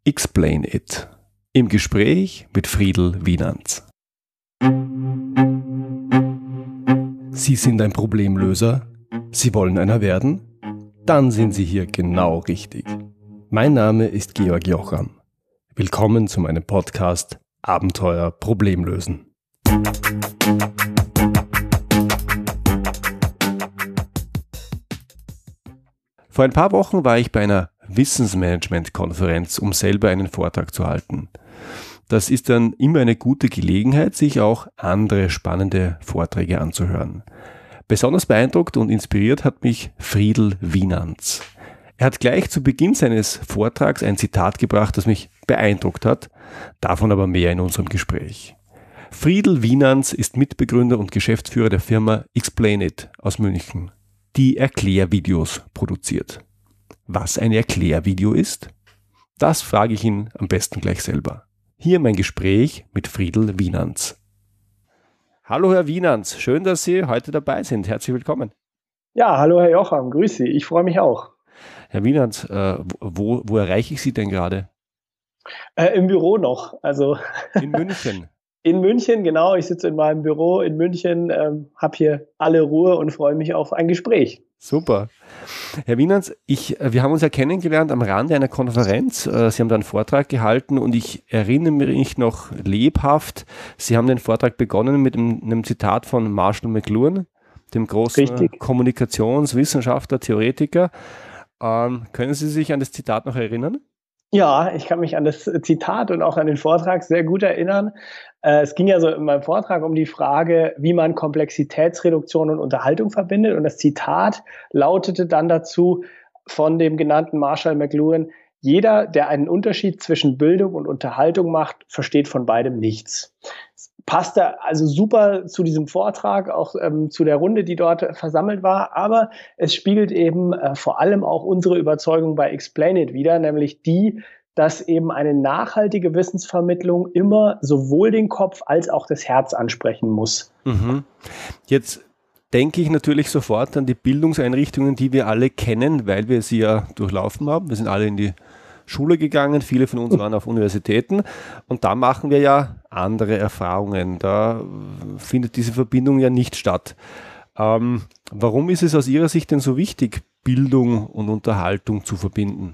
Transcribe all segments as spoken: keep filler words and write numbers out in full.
Explain It. Im Gespräch mit Friedel Wienands. Sie sind ein Problemlöser? Sie wollen einer werden? Dann sind Sie hier genau richtig. Mein Name ist Georg Jocham. Willkommen zu meinem Podcast Abenteuer Problemlösen. Vor ein paar Wochen war ich bei einer Wissensmanagement-Konferenz, um selber einen Vortrag zu halten. Das ist dann immer eine gute Gelegenheit, sich auch andere spannende Vorträge anzuhören. Besonders beeindruckt und inspiriert hat mich Friedel Wienands. Er hat gleich zu Beginn seines Vortrags ein Zitat gebracht, das mich beeindruckt hat, davon aber mehr in unserem Gespräch. Friedel Wienands ist Mitbegründer und Geschäftsführer der Firma Explain It aus München, die Erklärvideos produziert. Was ein Erklärvideo ist? Das frage ich ihn am besten gleich selber. Hier mein Gespräch mit Friedel Wienands. Hallo Herr Wienands, schön, dass Sie heute dabei sind. Herzlich willkommen. Ja, hallo Herr Jocham, grüß Sie, ich freue mich auch. Herr Wienands, äh, wo, wo erreiche ich Sie denn gerade? Äh, Im Büro noch, also in München. In München, genau. Ich sitze in meinem Büro in München, ähm, habe hier alle Ruhe und freue mich auf ein Gespräch. Super. Herr Wienands, ich, wir haben uns ja kennengelernt am Rande einer Konferenz. Sie haben da einen Vortrag gehalten und ich erinnere mich noch lebhaft. Sie haben den Vortrag begonnen mit einem, einem Zitat von Marshall McLuhan, dem großen Richtig. Kommunikationswissenschaftler, Theoretiker. Ähm, können Sie sich an das Zitat noch erinnern? Ja, ich kann mich an das Zitat und auch an den Vortrag sehr gut erinnern. Es ging ja so in meinem Vortrag um die Frage, wie man Komplexitätsreduktion und Unterhaltung verbindet. Und das Zitat lautete dann dazu von dem genannten Marshall McLuhan: Jeder, der einen Unterschied zwischen Bildung und Unterhaltung macht, versteht von beidem nichts. Passte also super zu diesem Vortrag, auch ähm, zu der Runde, die dort versammelt war. Aber es spiegelt eben äh, vor allem auch unsere Überzeugung bei Explain It wider, nämlich die, dass eben eine nachhaltige Wissensvermittlung immer sowohl den Kopf als auch das Herz ansprechen muss. Mhm. Jetzt denke ich natürlich sofort an die Bildungseinrichtungen, die wir alle kennen, weil wir sie ja durchlaufen haben. Wir sind alle in die Schule gegangen, viele von uns waren auf Universitäten und da machen wir ja andere Erfahrungen. Da findet diese Verbindung ja nicht statt. Ähm, warum ist es aus Ihrer Sicht denn so wichtig, Bildung und Unterhaltung zu verbinden?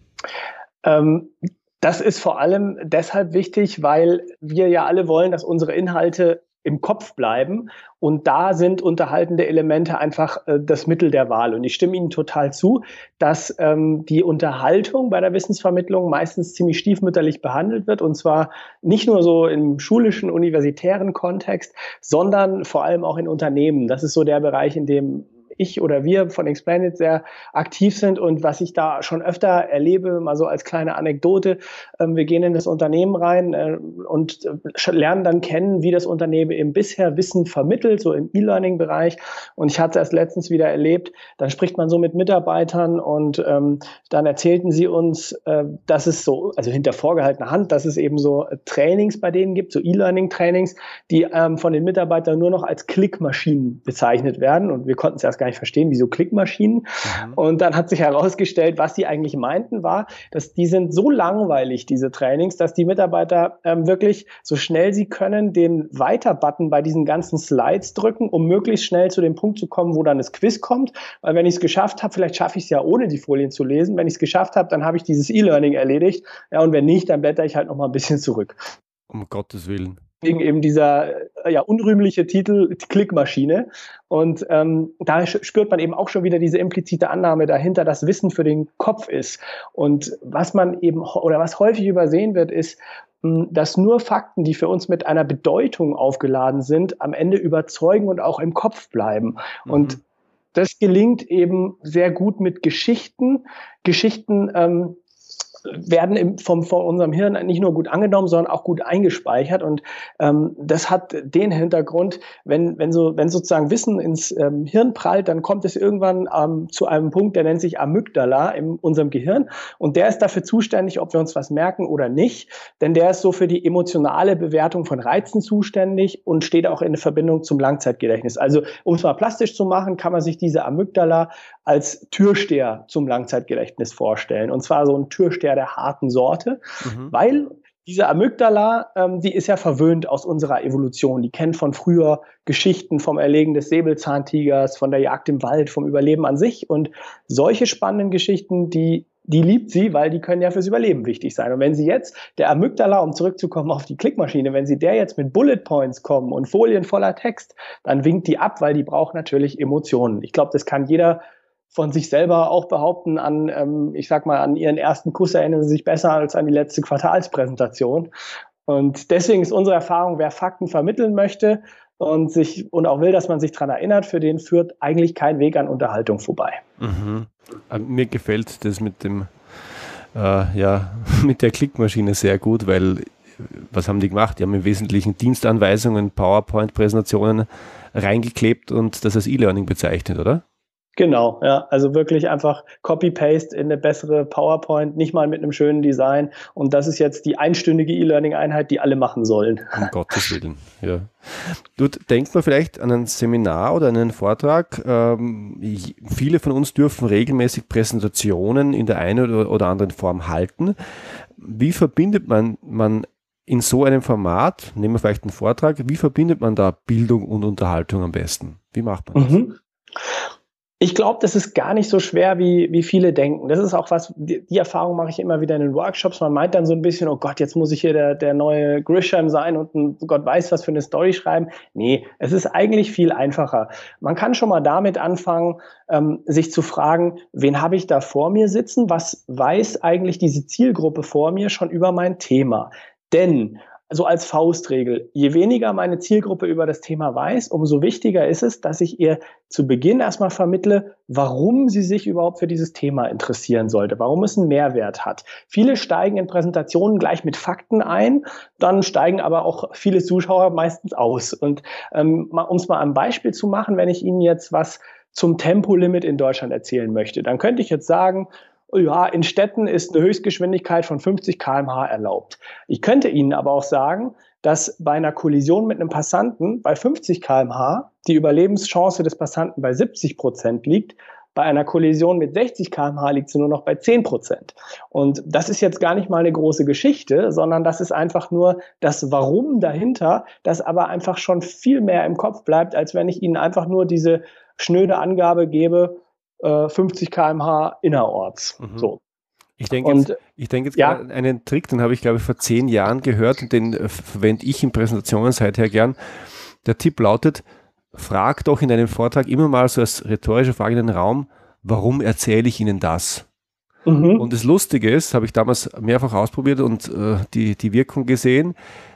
Ähm, das ist vor allem deshalb wichtig, weil wir ja alle wollen, dass unsere Inhalte im Kopf bleiben. Und da sind unterhaltende Elemente einfach äh, das Mittel der Wahl. Und ich stimme Ihnen total zu, dass ähm, die Unterhaltung bei der Wissensvermittlung meistens ziemlich stiefmütterlich behandelt wird. Und zwar nicht nur so im schulischen, universitären Kontext, sondern vor allem auch in Unternehmen. Das ist so der Bereich, in dem ich oder wir von Explain It sehr aktiv sind und was ich da schon öfter erlebe, mal so als kleine Anekdote, ähm, wir gehen in das Unternehmen rein äh, und äh, lernen dann kennen, wie das Unternehmen eben bisher Wissen vermittelt, so im E-Learning-Bereich, und ich hatte es letztens wieder erlebt, dann spricht man so mit Mitarbeitern und ähm, dann erzählten sie uns, äh, dass es so, also hinter vorgehaltener Hand, dass es eben so Trainings bei denen gibt, so E-Learning-Trainings, die ähm, von den Mitarbeitern nur noch als Klickmaschinen bezeichnet werden, und wir konnten es erst gar nicht verstehen, wieso Klickmaschinen. Mhm. Und dann hat sich herausgestellt, was sie eigentlich meinten, war, dass die sind so langweilig, diese Trainings, dass die Mitarbeiter ähm, wirklich so schnell sie können den Weiter-Button bei diesen ganzen Slides drücken, um möglichst schnell zu dem Punkt zu kommen, wo dann das Quiz kommt. Weil wenn ich es geschafft habe, vielleicht schaffe ich es ja ohne die Folien zu lesen. Wenn ich es geschafft habe, dann habe ich dieses E-Learning erledigt. Ja, und wenn nicht, dann blätter ich halt noch mal ein bisschen zurück. Um Gottes Willen. Wegen eben dieser ja, unrühmliche Titel Klickmaschine. Und ähm, da spürt man eben auch schon wieder diese implizite Annahme dahinter, dass Wissen für den Kopf ist. Und was man eben oder was häufig übersehen wird, ist, dass nur Fakten, die für uns mit einer Bedeutung aufgeladen sind, am Ende überzeugen und auch im Kopf bleiben. Mhm. Und das gelingt eben sehr gut mit Geschichten. Geschichten ähm, werden im, vom, von unserem Hirn nicht nur gut angenommen, sondern auch gut eingespeichert. Und ähm, das hat den Hintergrund, wenn, wenn, so, wenn sozusagen Wissen ins ähm, Hirn prallt, dann kommt es irgendwann ähm, zu einem Punkt, der nennt sich Amygdala in unserem Gehirn. Und der ist dafür zuständig, ob wir uns was merken oder nicht. Denn der ist so für die emotionale Bewertung von Reizen zuständig und steht auch in Verbindung zum Langzeitgedächtnis. Also um es mal plastisch zu machen, kann man sich diese Amygdala als Türsteher zum Langzeitgedächtnis vorstellen. Und zwar so ein Türsteher der harten Sorte, mhm. weil diese Amygdala, ähm, die ist ja verwöhnt aus unserer Evolution. Die kennt von früher Geschichten vom Erlegen des Säbelzahntigers, von der Jagd im Wald, vom Überleben an sich. Und solche spannenden Geschichten, die, die liebt sie, weil die können ja fürs Überleben wichtig sein. Und wenn sie jetzt, der Amygdala, um zurückzukommen auf die Klickmaschine, wenn sie der jetzt mit Bullet Points kommen und Folien voller Text, dann winkt die ab, weil die braucht natürlich Emotionen. Ich glaube, das kann jeder von sich selber auch behaupten, an, ähm, ich sag mal, an ihren ersten Kuss erinnern sie sich besser als an die letzte Quartalspräsentation. Und deswegen ist unsere Erfahrung, wer Fakten vermitteln möchte und sich und auch will, dass man sich daran erinnert, für den führt eigentlich kein Weg an Unterhaltung vorbei. Mhm. Mir gefällt das mit dem, äh, ja, mit der Klickmaschine sehr gut, weil was haben die gemacht? Die haben im Wesentlichen Dienstanweisungen, PowerPoint-Präsentationen reingeklebt und das als E-Learning bezeichnet, oder? Genau, ja, also wirklich einfach Copy-Paste in eine bessere PowerPoint, nicht mal mit einem schönen Design. Und das ist jetzt die einstündige E-Learning-Einheit, die alle machen sollen. Um Gottes Willen, ja. Du, denkt man vielleicht an ein Seminar oder einen Vortrag. Ähm, viele von uns dürfen regelmäßig Präsentationen in der einen oder, oder anderen Form halten. Wie verbindet man, man in so einem Format, nehmen wir vielleicht einen Vortrag, wie verbindet man da Bildung und Unterhaltung am besten? Wie macht man das? Mhm. Ich glaube, das ist gar nicht so schwer, wie, wie viele denken. Das ist auch was, die, die Erfahrung mache ich immer wieder in den Workshops. Man meint dann so ein bisschen, oh Gott, jetzt muss ich hier der, der neue Grisham sein und ein Gott weiß, was für eine Story schreiben. Nee, es ist eigentlich viel einfacher. Man kann schon mal damit anfangen, ähm, sich zu fragen, wen habe ich da vor mir sitzen? Was weiß eigentlich diese Zielgruppe vor mir schon über mein Thema? Denn also als Faustregel, je weniger meine Zielgruppe über das Thema weiß, umso wichtiger ist es, dass ich ihr zu Beginn erstmal vermittle, warum sie sich überhaupt für dieses Thema interessieren sollte, warum es einen Mehrwert hat. Viele steigen in Präsentationen gleich mit Fakten ein, dann steigen aber auch viele Zuschauer meistens aus. Und ähm, um es mal ein Beispiel zu machen, wenn ich Ihnen jetzt was zum Tempolimit in Deutschland erzählen möchte, dann könnte ich jetzt sagen, ja, in Städten ist eine Höchstgeschwindigkeit von fünfzig Kilometer pro Stunde erlaubt. Ich könnte Ihnen aber auch sagen, dass bei einer Kollision mit einem Passanten bei fünfzig Kilometer pro Stunde die Überlebenschance des Passanten bei siebzig Prozent liegt. Bei einer Kollision mit sechzig Kilometer pro Stunde liegt sie nur noch bei zehn Prozent. Und das ist jetzt gar nicht mal eine große Geschichte, sondern das ist einfach nur das Warum dahinter, das aber einfach schon viel mehr im Kopf bleibt, als wenn ich Ihnen einfach nur diese schnöde Angabe gebe, fünfzig Kilometer pro Stunde innerorts. Mhm. So. Ich denke jetzt, ich denke jetzt ja. gerade einen Trick, den habe ich glaube ich vor zehn Jahren gehört und den äh, verwende ich in Präsentationen seither gern. Der Tipp lautet, frag doch in einem Vortrag immer mal so als rhetorische Frage in den Raum, warum erzähle ich Ihnen das? Mhm. Und das Lustige ist, habe ich damals mehrfach ausprobiert und äh, die, die Wirkung gesehen,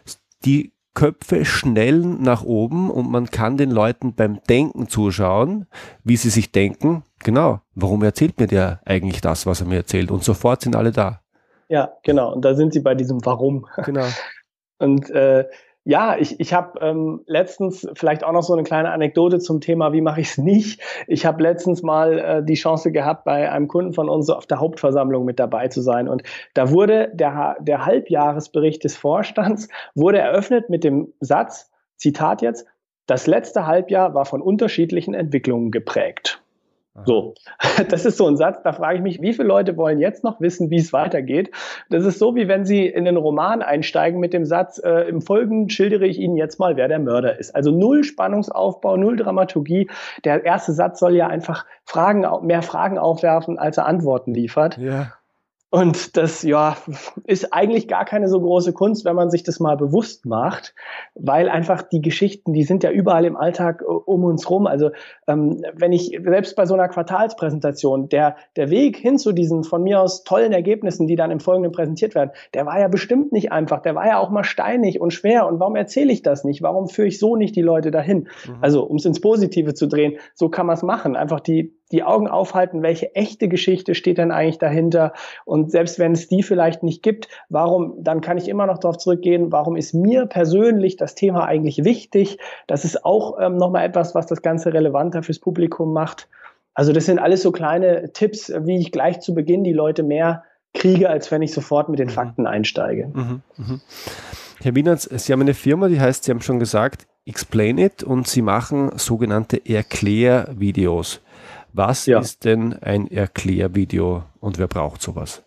die Köpfe schnellen nach oben und man kann den Leuten beim Denken zuschauen, wie sie sich denken. Genau, warum erzählt mir der eigentlich das, was er mir erzählt? Und sofort sind alle da. Ja, genau. Und da sind sie bei diesem Warum. Genau. Und äh, ja, ich, ich habe ähm, letztens vielleicht auch noch so eine kleine Anekdote zum Thema, wie mache ich es nicht. Ich habe letztens mal äh, die Chance gehabt, bei einem Kunden von uns auf der Hauptversammlung mit dabei zu sein. Und da wurde der, der Halbjahresbericht des Vorstands wurde eröffnet mit dem Satz, Zitat jetzt, das letzte Halbjahr war von unterschiedlichen Entwicklungen geprägt. So, das ist so ein Satz, da frage ich mich, wie viele Leute wollen jetzt noch wissen, wie es weitergeht? Das ist so, wie wenn Sie in einen Roman einsteigen mit dem Satz, äh, im Folgenden schildere ich Ihnen jetzt mal, wer der Mörder ist. Also null Spannungsaufbau, null Dramaturgie. Der erste Satz soll ja einfach Fragen, mehr Fragen aufwerfen, als er Antworten liefert. Ja. Und das, ja, ist eigentlich gar keine so große Kunst, wenn man sich das mal bewusst macht, weil einfach die Geschichten, die sind ja überall im Alltag um uns rum. Also ähm, wenn ich, selbst bei so einer Quartalspräsentation, der, der Weg hin zu diesen von mir aus tollen Ergebnissen, die dann im Folgenden präsentiert werden, der war ja bestimmt nicht einfach, der war ja auch mal steinig und schwer. Und warum erzähle ich das nicht? Warum führe ich so nicht die Leute dahin? Mhm. Also um es ins Positive zu drehen, so kann man es machen. Einfach die die Augen aufhalten, welche echte Geschichte steht denn eigentlich dahinter? Und selbst wenn es die vielleicht nicht gibt, warum, dann kann ich immer noch darauf zurückgehen, warum ist mir persönlich das Thema eigentlich wichtig? Das ist auch ähm, nochmal etwas, was das Ganze relevanter fürs Publikum macht. Also das sind alles so kleine Tipps, wie ich gleich zu Beginn die Leute mehr kriege, als wenn ich sofort mit den Fakten einsteige. Mhm, mh. Herr Wienertz, Sie haben eine Firma, die heißt, Sie haben schon gesagt, Explain It, und Sie machen sogenannte Erklärvideos. Was Ja. ist denn ein Erklärvideo und wer braucht sowas?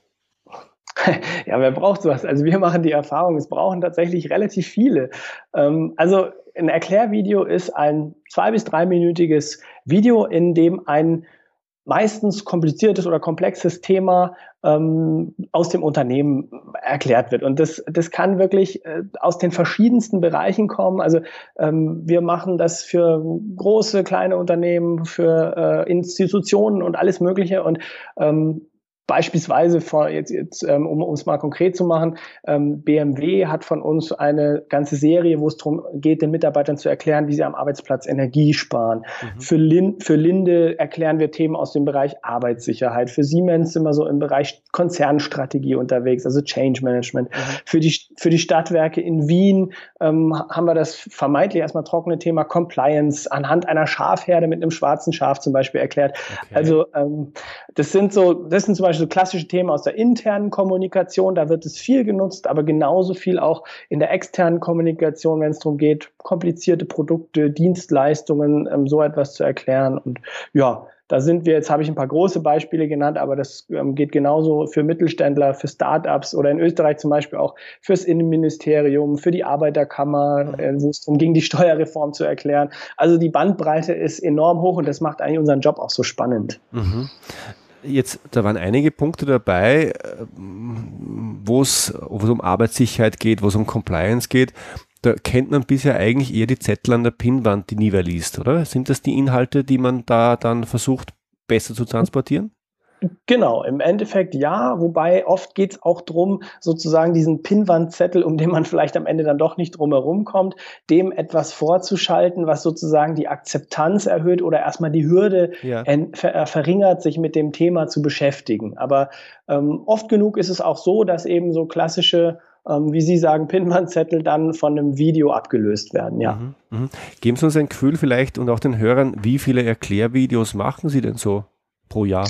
Ja, wer braucht sowas? Also wir machen die Erfahrung, es brauchen tatsächlich relativ viele. Ähm, also ein Erklärvideo ist ein zwei- bis dreiminütiges Video, in dem ein meistens kompliziertes oder komplexes Thema ähm, aus dem Unternehmen erklärt wird. Und das, das kann wirklich äh, aus den verschiedensten Bereichen kommen. Also ähm, wir machen das für große, kleine Unternehmen, für äh, Institutionen und alles Mögliche. Und ähm, beispielsweise, vor, jetzt, jetzt, ähm, um um es mal konkret zu machen, ähm, B M W hat von uns eine ganze Serie, wo es darum geht, den Mitarbeitern zu erklären, wie sie am Arbeitsplatz Energie sparen. Mhm. Für, Lin, für Linde erklären wir Themen aus dem Bereich Arbeitssicherheit. Für Siemens sind wir so im Bereich Konzernstrategie unterwegs, also Change Management. Mhm. Für die, für die Stadtwerke in Wien ähm, haben wir das vermeintlich erstmal trockene Thema Compliance anhand einer Schafherde mit einem schwarzen Schaf zum Beispiel erklärt. Okay. Also ähm, das sind so, das sind zum Beispiel so klassische Themen aus der internen Kommunikation, da wird es viel genutzt, aber genauso viel auch in der externen Kommunikation, wenn es darum geht, komplizierte Produkte, Dienstleistungen, ähm, so etwas zu erklären. Und ja, da sind wir, jetzt habe ich ein paar große Beispiele genannt, aber das ähm, geht genauso für Mittelständler, für Startups oder in Österreich zum Beispiel auch fürs Innenministerium, für die Arbeiterkammer, äh, wo es darum ging, die Steuerreform zu erklären. Also die Bandbreite ist enorm hoch und das macht eigentlich unseren Job auch so spannend. Mhm. Jetzt, da waren einige Punkte dabei, wo es um Arbeitssicherheit geht, wo es um Compliance geht. Da kennt man bisher eigentlich eher die Zettel an der Pinnwand, die nie wer liest, oder? Sind das die Inhalte, die man da dann versucht, besser zu transportieren? Genau, im Endeffekt ja, wobei oft geht es auch darum, sozusagen diesen Pinnwandzettel, um den man vielleicht am Ende dann doch nicht drum herum kommt, dem etwas vorzuschalten, was sozusagen die Akzeptanz erhöht oder erstmal die Hürde Ja. ver verringert, sich mit dem Thema zu beschäftigen. Aber ähm, oft genug ist es auch so, dass eben so klassische, ähm, wie Sie sagen, Pinnwandzettel dann von einem Video abgelöst werden, ja. Mhm, mhm. Geben Sie uns ein Gefühl vielleicht und auch den Hörern, wie viele Erklärvideos machen Sie denn so pro Jahr?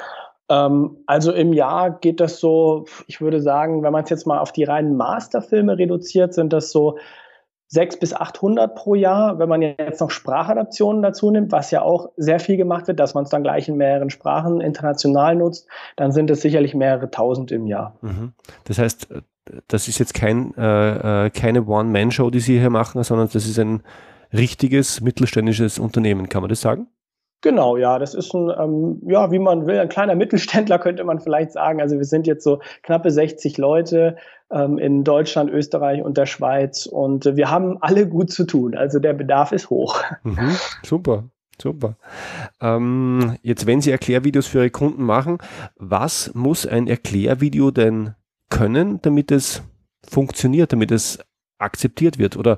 Also im Jahr geht das so, ich würde sagen, wenn man es jetzt mal auf die reinen Masterfilme reduziert, sind das so sechshundert bis achthundert pro Jahr. Wenn man jetzt noch Sprachadaptionen dazu nimmt, was ja auch sehr viel gemacht wird, dass man es dann gleich in mehreren Sprachen international nutzt, dann sind es sicherlich mehrere tausend im Jahr. Mhm. Das heißt, das ist jetzt kein, äh, keine One-Man-Show, die Sie hier machen, sondern das ist ein richtiges mittelständisches Unternehmen, kann man das sagen? Genau, ja, das ist ein, ähm, ja, wie man will, ein kleiner Mittelständler könnte man vielleicht sagen. Also wir sind jetzt so knappe sechzig Leute ähm, in Deutschland, Österreich und der Schweiz und äh, wir haben alle gut zu tun. Also der Bedarf ist hoch. Mhm, super, super. Ähm, jetzt, wenn Sie Erklärvideos für Ihre Kunden machen, was muss ein Erklärvideo denn können, damit es funktioniert, damit es akzeptiert wird? Oder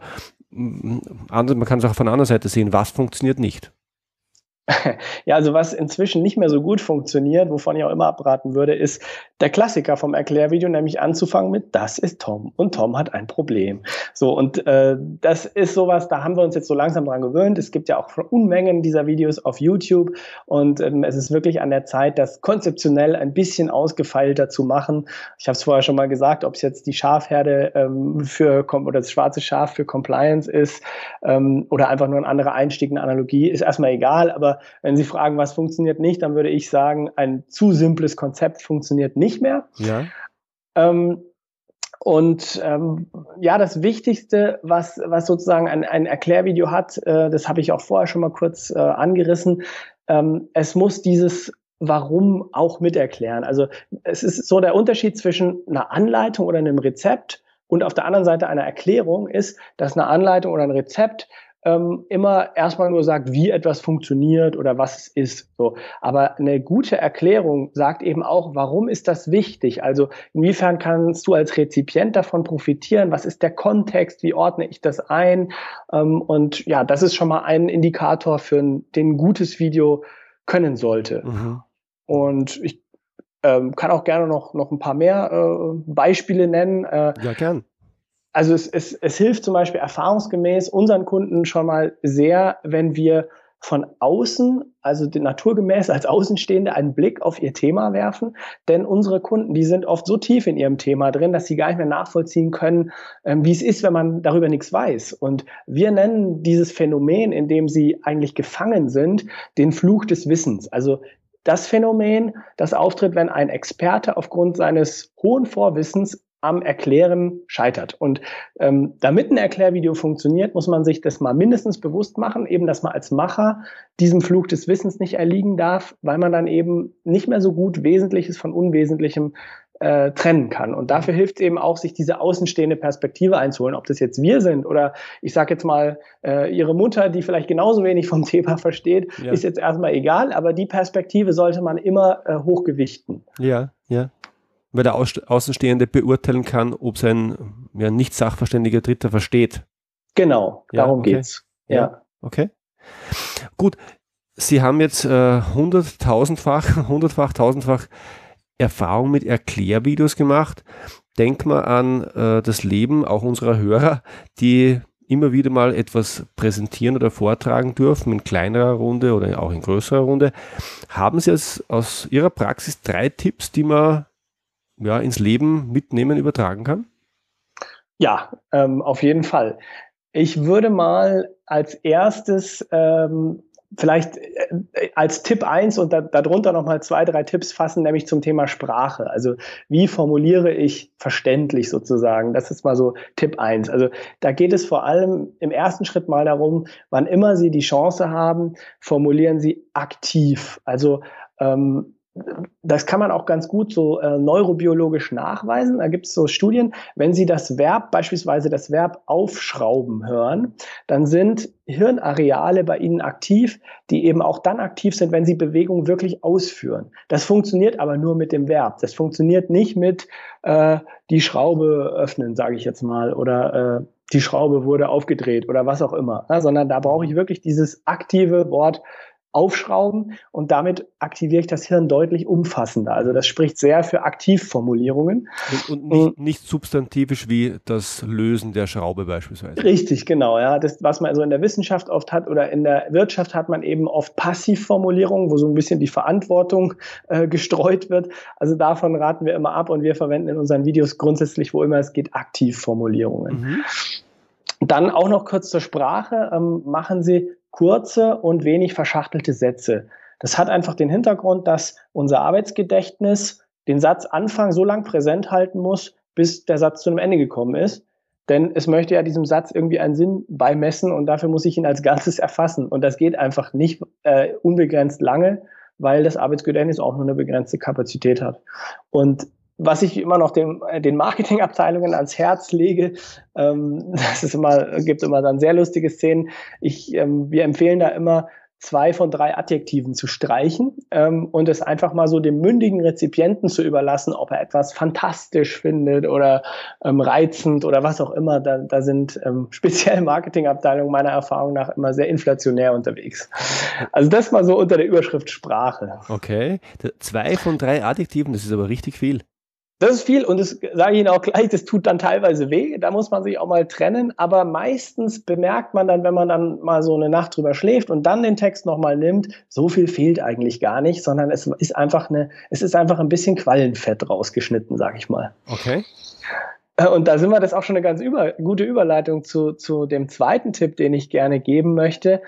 man kann es auch von der anderen Seite sehen, was funktioniert nicht? Ja, also was inzwischen nicht mehr so gut funktioniert, wovon ich auch immer abraten würde, ist der Klassiker vom Erklärvideo, nämlich anzufangen mit, das ist Tom und Tom hat ein Problem. So, und äh, das ist sowas, da haben wir uns jetzt so langsam dran gewöhnt. Es gibt ja auch Unmengen dieser Videos auf YouTube und ähm, es ist wirklich an der Zeit, das konzeptionell ein bisschen ausgefeilter zu machen. Ich habe es vorher schon mal gesagt, ob es jetzt die Schafherde ähm, für oder das schwarze Schaf für Compliance ist ähm, oder einfach nur ein anderer Einstieg, eine Analogie, ist erstmal egal, aber wenn Sie fragen, was funktioniert nicht, dann würde ich sagen, ein zu simples Konzept funktioniert nicht mehr. Ja. Ähm, und ähm, ja, das Wichtigste, was, was sozusagen ein, ein Erklärvideo hat, äh, das habe ich auch vorher schon mal kurz äh, angerissen, ähm, es muss dieses Warum auch miterklären. Also es ist so der Unterschied zwischen einer Anleitung oder einem Rezept und auf der anderen Seite einer Erklärung ist, dass eine Anleitung oder ein Rezept ähm, immer erstmal nur sagt, wie etwas funktioniert oder was es ist. So. Aber eine gute Erklärung sagt eben auch, warum ist das wichtig? Also inwiefern kannst du als Rezipient davon profitieren? Was ist der Kontext? Wie ordne ich das ein? Ähm, und ja, das ist schon mal ein Indikator für ein, den ein gutes Video können sollte. Mhm. Und ich ähm, kann auch gerne noch, noch ein paar mehr äh, Beispiele nennen. Äh, ja, gern. Also es, es, es hilft zum Beispiel erfahrungsgemäß unseren Kunden schon mal sehr, wenn wir von außen, also naturgemäß als Außenstehende, einen Blick auf ihr Thema werfen. Denn unsere Kunden, die sind oft so tief in ihrem Thema drin, dass sie gar nicht mehr nachvollziehen können, ähm, wie es ist, wenn man darüber nichts weiß. Und wir nennen dieses Phänomen, in dem sie eigentlich gefangen sind, den Fluch des Wissens. Also das Phänomen, das auftritt, wenn ein Experte aufgrund seines hohen Vorwissens am Erklären scheitert. Und ähm, damit ein Erklärvideo funktioniert, muss man sich das mal mindestens bewusst machen, eben, dass man als Macher diesem Fluch des Wissens nicht erliegen darf, weil man dann eben nicht mehr so gut Wesentliches von Unwesentlichem äh, trennen kann. Und dafür hilft es eben auch, sich diese außenstehende Perspektive einzuholen. Ob das jetzt wir sind oder ich sage jetzt mal äh, Ihre Mutter, die vielleicht genauso wenig vom Thema versteht, ja. ist jetzt erstmal egal, aber die Perspektive sollte man immer äh, hochgewichten. Ja, ja. Weil der Außenstehende beurteilen kann, ob sein ja, nicht sachverständiger Dritter versteht. Genau, ja, darum okay. geht's. Ja. ja, okay. Gut, Sie haben jetzt äh, hunderttausendfach, hundertfach, tausendfach Erfahrung mit Erklärvideos gemacht. Denk mal an äh, das Leben auch unserer Hörer, die immer wieder mal etwas präsentieren oder vortragen dürfen, in kleinerer Runde oder auch in größerer Runde. Haben Sie aus, aus Ihrer Praxis drei Tipps, die man ja, ins Leben mitnehmen, übertragen kann? Ja, ähm, auf jeden Fall. Ich würde mal als erstes ähm, vielleicht äh, als Tipp eins und da, darunter nochmal zwei, drei Tipps fassen, nämlich zum Thema Sprache. Also wie formuliere ich verständlich sozusagen? Das ist mal so Tipp eins. Also da geht es vor allem im ersten Schritt mal darum, wann immer Sie die Chance haben, formulieren Sie aktiv. Also ähm, das kann man auch ganz gut so äh, neurobiologisch nachweisen. Da gibt es so Studien, wenn Sie das Verb, beispielsweise das Verb aufschrauben hören, dann sind Hirnareale bei Ihnen aktiv, die eben auch dann aktiv sind, wenn Sie Bewegung wirklich ausführen. Das funktioniert aber nur mit dem Verb. Das funktioniert nicht mit äh, die Schraube öffnen, sage ich jetzt mal, oder äh, die Schraube wurde aufgedreht oder was auch immer, ja, sondern da brauche ich wirklich dieses aktive Wort aufschrauben und damit aktiviere ich das Hirn deutlich umfassender. Also das spricht sehr für Aktivformulierungen. Und, und nicht, nicht substantivisch wie das Lösen der Schraube beispielsweise. Richtig, genau. Ja, das, was man also in der Wissenschaft oft hat oder in der Wirtschaft hat man eben oft Passivformulierungen, wo so ein bisschen die Verantwortung äh, gestreut wird. Also davon raten wir immer ab und wir verwenden in unseren Videos grundsätzlich, wo immer es geht, Aktivformulierungen. Mhm. Dann auch noch kurz zur Sprache. Ähm, machen Sie kurze und wenig verschachtelte Sätze. Das hat einfach den Hintergrund, dass unser Arbeitsgedächtnis den Satzanfang so lang präsent halten muss, bis der Satz zu einem Ende gekommen ist. Denn es möchte ja diesem Satz irgendwie einen Sinn beimessen und dafür muss ich ihn als Ganzes erfassen. Und das geht einfach nicht äh, unbegrenzt lange, weil das Arbeitsgedächtnis auch nur eine begrenzte Kapazität hat. Und was ich immer noch den, den Marketingabteilungen ans Herz lege, ähm, das ist immer, gibt immer dann sehr lustige Szenen. Ich, ähm, wir empfehlen da immer, zwei von drei Adjektiven zu streichen ähm, und es einfach mal so dem mündigen Rezipienten zu überlassen, ob er etwas fantastisch findet oder ähm, reizend oder was auch immer. Da, da sind ähm, speziell Marketingabteilungen meiner Erfahrung nach immer sehr inflationär unterwegs. Also das mal so unter der Überschrift Sprache. Okay, zwei von drei Adjektiven, das ist aber richtig viel. Das ist viel und das sage ich Ihnen auch gleich, das tut dann teilweise weh, da muss man sich auch mal trennen, aber meistens bemerkt man dann, wenn man dann mal so eine Nacht drüber schläft und dann den Text nochmal nimmt, so viel fehlt eigentlich gar nicht, sondern es ist einfach eine, es ist einfach ein bisschen Quallenfett rausgeschnitten, sage ich mal. Okay. Und da sind wir, das ist auch schon eine ganz über, gute Überleitung zu, zu dem zweiten Tipp, den ich gerne geben möchte.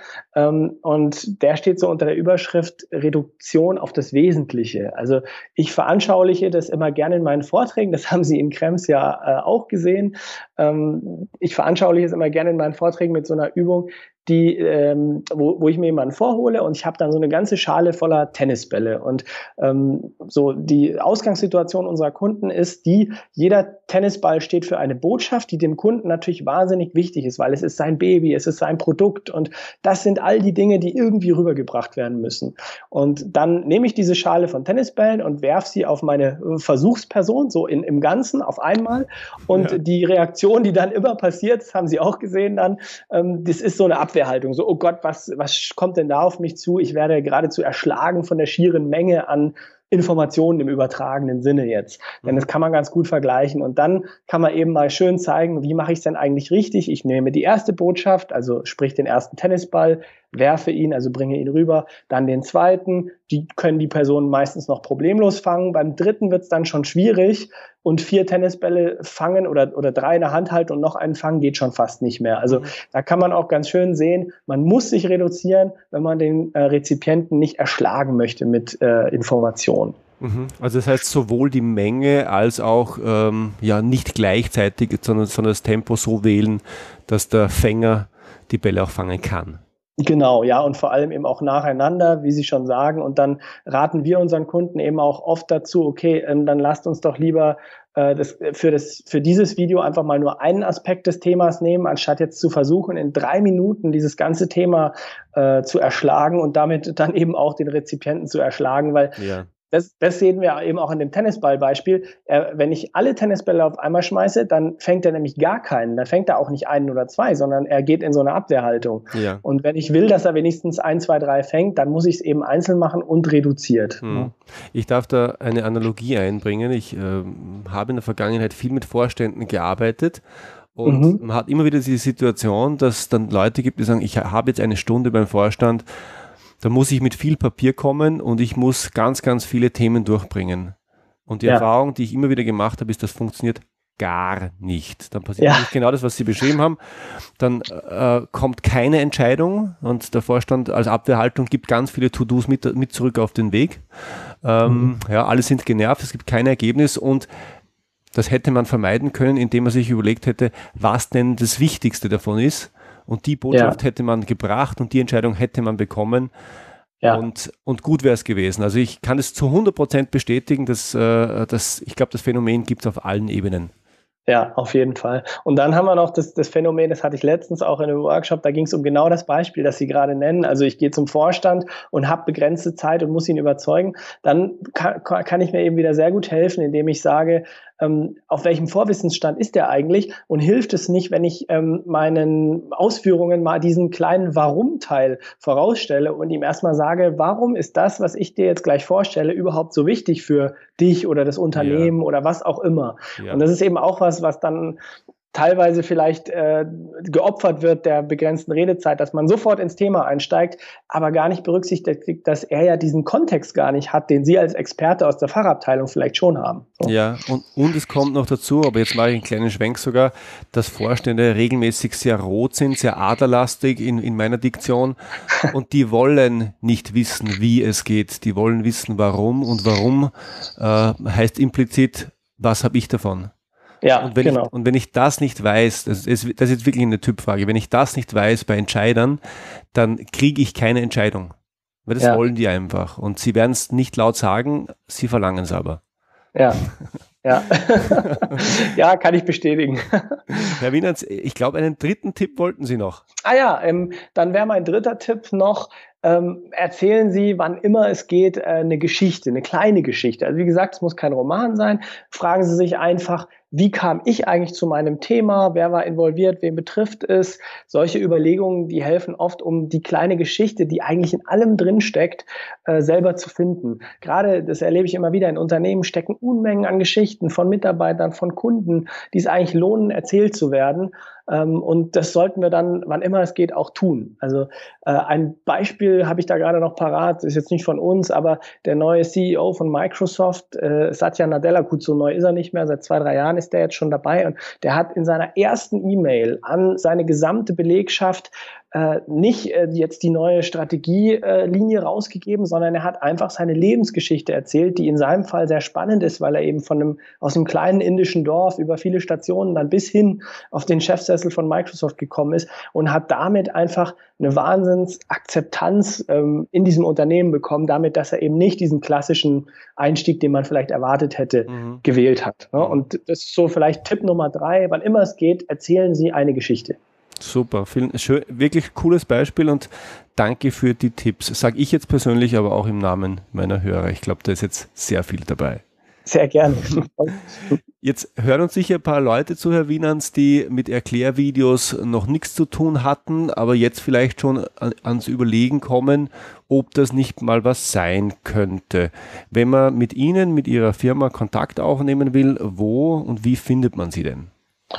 Und der steht so unter der Überschrift Reduktion auf das Wesentliche. Also ich veranschauliche das immer gerne in meinen Vorträgen. Das haben Sie in Krems ja auch gesehen. Ich veranschauliche es immer gerne in meinen Vorträgen mit so einer Übung, die, ähm, wo, wo ich mir jemanden vorhole und ich habe dann so eine ganze Schale voller Tennisbälle. Und ähm, so die Ausgangssituation unserer Kunden ist die, jeder Tennisball steht für eine Botschaft, die dem Kunden natürlich wahnsinnig wichtig ist, weil es ist sein Baby, es ist sein Produkt und das sind all die Dinge, die irgendwie rübergebracht werden müssen. Und dann nehme ich diese Schale von Tennisbällen und werfe sie auf meine Versuchsperson, so in, im Ganzen auf einmal. Und ja. Die Reaktion, die dann immer passiert, das haben Sie auch gesehen dann, ähm, das ist so eine Abwehrhaltung, so, oh Gott, was, was kommt denn da auf mich zu? Ich werde geradezu erschlagen von der schieren Menge an Informationen im übertragenen Sinne jetzt. Mhm. Denn das kann man ganz gut vergleichen. Und dann kann man eben mal schön zeigen, wie mache ich es denn eigentlich richtig? Ich nehme die erste Botschaft, also sprich den ersten Tennisball, werfe ihn, also bringe ihn rüber, dann den zweiten, die können die Personen meistens noch problemlos fangen. Beim dritten wird es dann schon schwierig und vier Tennisbälle fangen oder, oder drei in der Hand halten und noch einen fangen geht schon fast nicht mehr. Also mhm. da kann man auch ganz schön sehen, man muss sich reduzieren, wenn man den äh, Rezipienten nicht erschlagen möchte mit äh, Informationen. Also das heißt sowohl die Menge als auch ähm, ja nicht gleichzeitig, sondern, sondern das Tempo so wählen, dass der Fänger die Bälle auch fangen kann. Genau, ja, und vor allem eben auch nacheinander, wie Sie schon sagen. Und dann raten wir unseren Kunden eben auch oft dazu, okay, ähm, dann lasst uns doch lieber äh, das, für, das, für dieses Video einfach mal nur einen Aspekt des Themas nehmen, anstatt jetzt zu versuchen, in drei Minuten dieses ganze Thema äh, zu erschlagen und damit dann eben auch den Rezipienten zu erschlagen, weil ja. Das, das sehen wir eben auch in dem Tennisball-Beispiel. Äh, wenn ich alle Tennisbälle auf einmal schmeiße, dann fängt er nämlich gar keinen. Dann fängt er auch nicht einen oder zwei, sondern er geht in so eine Abwehrhaltung. Ja. Und wenn ich will, dass er wenigstens ein, zwei, drei fängt, dann muss ich es eben einzeln machen und reduziert. Hm. Ich darf da eine Analogie einbringen. Ich äh, habe in der Vergangenheit viel mit Vorständen gearbeitet. Und mhm. man hat immer wieder die Situation, dass dann Leute gibt, die sagen, ich habe jetzt eine Stunde beim Vorstand, da muss ich mit viel Papier kommen und ich muss ganz, ganz viele Themen durchbringen. Und die ja. Erfahrung, die ich immer wieder gemacht habe, ist, das funktioniert gar nicht. Dann passiert ja. nicht genau das, was Sie beschrieben haben. Dann äh, kommt keine Entscheidung und der Vorstand als Abwehrhaltung gibt ganz viele To-Dos mit, mit zurück auf den Weg. Ähm, mhm. Ja, alle sind genervt, es gibt kein Ergebnis und das hätte man vermeiden können, indem man sich überlegt hätte, was denn das Wichtigste davon ist. Und die Botschaft ja. hätte man gebracht und die Entscheidung hätte man bekommen. Ja. Und, und gut wäre es gewesen. Also ich kann es zu hundert Prozent bestätigen, dass, äh, dass ich glaube, das Phänomen gibt es auf allen Ebenen. Ja, auf jeden Fall. Und dann haben wir noch das, das Phänomen, das hatte ich letztens auch in einem Workshop, da ging es um genau das Beispiel, das Sie gerade nennen. Also ich gehe zum Vorstand und habe begrenzte Zeit und muss ihn überzeugen. Dann kann, kann ich mir eben wieder sehr gut helfen, indem ich sage, ähm, auf welchem Vorwissensstand ist der eigentlich? Und hilft es nicht, wenn ich ähm, meinen Ausführungen mal diesen kleinen Warum-Teil vorausstelle und ihm erstmal sage, warum ist das, was ich dir jetzt gleich vorstelle, überhaupt so wichtig für dich oder das Unternehmen ja. oder was auch immer? Ja. Und das ist eben auch was, was dann teilweise vielleicht äh, geopfert wird der begrenzten Redezeit, dass man sofort ins Thema einsteigt, aber gar nicht berücksichtigt, dass er ja diesen Kontext gar nicht hat, den Sie als Experte aus der Fachabteilung vielleicht schon haben. So. Ja, und, und es kommt noch dazu, aber jetzt mache ich einen kleinen Schwenk sogar, dass Vorstände regelmäßig sehr rot sind, sehr aderlastig in, in meiner Diktion und die wollen nicht wissen, wie es geht, die wollen wissen, warum und warum äh, heißt implizit, was habe ich davon? Ja, und, wenn genau. ich, und wenn ich das nicht weiß, das ist, das ist jetzt wirklich eine Typfrage, wenn ich das nicht weiß bei Entscheidern, dann kriege ich keine Entscheidung. Weil das ja. wollen die einfach. Und sie werden es nicht laut sagen, sie verlangen es aber. Ja, ja. Ja, kann ich bestätigen. Herr Wienertz, ich glaube, einen dritten Tipp wollten Sie noch. Ah ja, ähm, dann wäre mein dritter Tipp noch, ähm, erzählen Sie, wann immer es geht, äh, eine Geschichte, eine kleine Geschichte. Also wie gesagt, es muss kein Roman sein. Fragen Sie sich einfach, wie kam ich eigentlich zu meinem Thema? Wer war involviert? Wen betrifft es? Solche Überlegungen, die helfen oft, um die kleine Geschichte, die eigentlich in allem drin steckt, äh, selber zu finden. Gerade, das erlebe ich immer wieder, in Unternehmen stecken Unmengen an Geschichten von Mitarbeitern, von Kunden, die es eigentlich lohnen, erzählt zu werden. Ähm, und das sollten wir dann, wann immer es geht, auch tun. Also äh, ein Beispiel habe ich da gerade noch parat, ist jetzt nicht von uns, aber der neue C E O von Microsoft, äh, Satya Nadella, gut, so neu ist er nicht mehr, seit zwei, drei Jahren ist der jetzt schon dabei und der hat in seiner ersten E-Mail an seine gesamte Belegschaft äh, nicht äh, jetzt die neue Strategielinie äh, rausgegeben, sondern er hat einfach seine Lebensgeschichte erzählt, die in seinem Fall sehr spannend ist, weil er eben von einem, aus einem kleinen indischen Dorf über viele Stationen dann bis hin auf den Chefsessel von Microsoft gekommen ist und hat damit einfach eine Wahnsinnsakzeptanz ähm, in diesem Unternehmen bekommen, damit, dass er eben nicht diesen klassischen Einstieg, den man vielleicht erwartet hätte, mhm. gewählt hat. Ne? Und das ist so vielleicht Tipp Nummer drei, wann immer es geht, erzählen Sie eine Geschichte. Super, vielen, schön, wirklich cooles Beispiel und danke für die Tipps. Sage ich jetzt persönlich, aber auch im Namen meiner Hörer. Ich glaube, da ist jetzt sehr viel dabei. Sehr gerne. Jetzt hören uns sicher ein paar Leute zu, Herr Wienertz, die mit Erklärvideos noch nichts zu tun hatten, aber jetzt vielleicht schon an, ans Überlegen kommen, ob das nicht mal was sein könnte. Wenn man mit Ihnen, mit Ihrer Firma Kontakt aufnehmen will, wo und wie findet man Sie denn?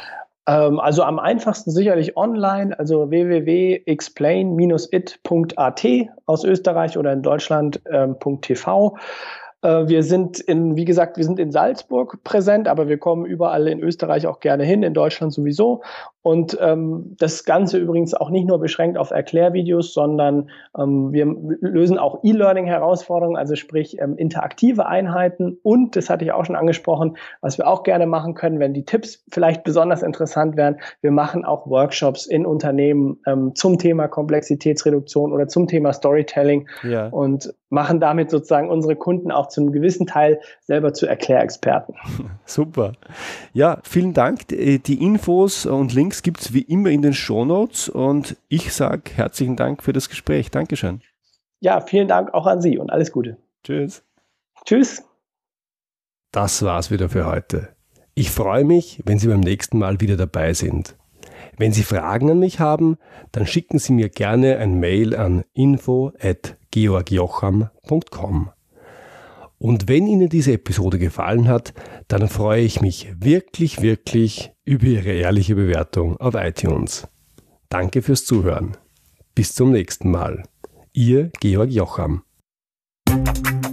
Also am einfachsten sicherlich online, also w w w punkt explain dash it punkt a t aus Österreich oder in Deutschland ähm, .tv. Wir sind in, wie gesagt, wir sind in Salzburg präsent, aber wir kommen überall in Österreich auch gerne hin, in Deutschland sowieso. Und ähm, das Ganze übrigens auch nicht nur beschränkt auf Erklärvideos, sondern ähm, wir lösen auch E-Learning-Herausforderungen, also sprich ähm, interaktive Einheiten. Und, das hatte ich auch schon angesprochen, was wir auch gerne machen können, wenn die Tipps vielleicht besonders interessant wären, wir machen auch Workshops in Unternehmen ähm, zum Thema Komplexitätsreduktion oder zum Thema Storytelling, ja, und machen damit sozusagen unsere Kunden auch zu einem gewissen Teil selber zu Erklärexperten. Super. Ja, vielen Dank. Die Infos und Links gibt es wie immer in den Shownotes und ich sage herzlichen Dank für das Gespräch. Dankeschön. Ja, vielen Dank auch an Sie und alles Gute. Tschüss. Tschüss. Das war's wieder für heute. Ich freue mich, wenn Sie beim nächsten Mal wieder dabei sind. Wenn Sie Fragen an mich haben, dann schicken Sie mir gerne ein Mail an info at georg jocham punkt com. Und wenn Ihnen diese Episode gefallen hat, dann freue ich mich wirklich, wirklich über Ihre ehrliche Bewertung auf iTunes. Danke fürs Zuhören. Bis zum nächsten Mal. Ihr Georg Jocham.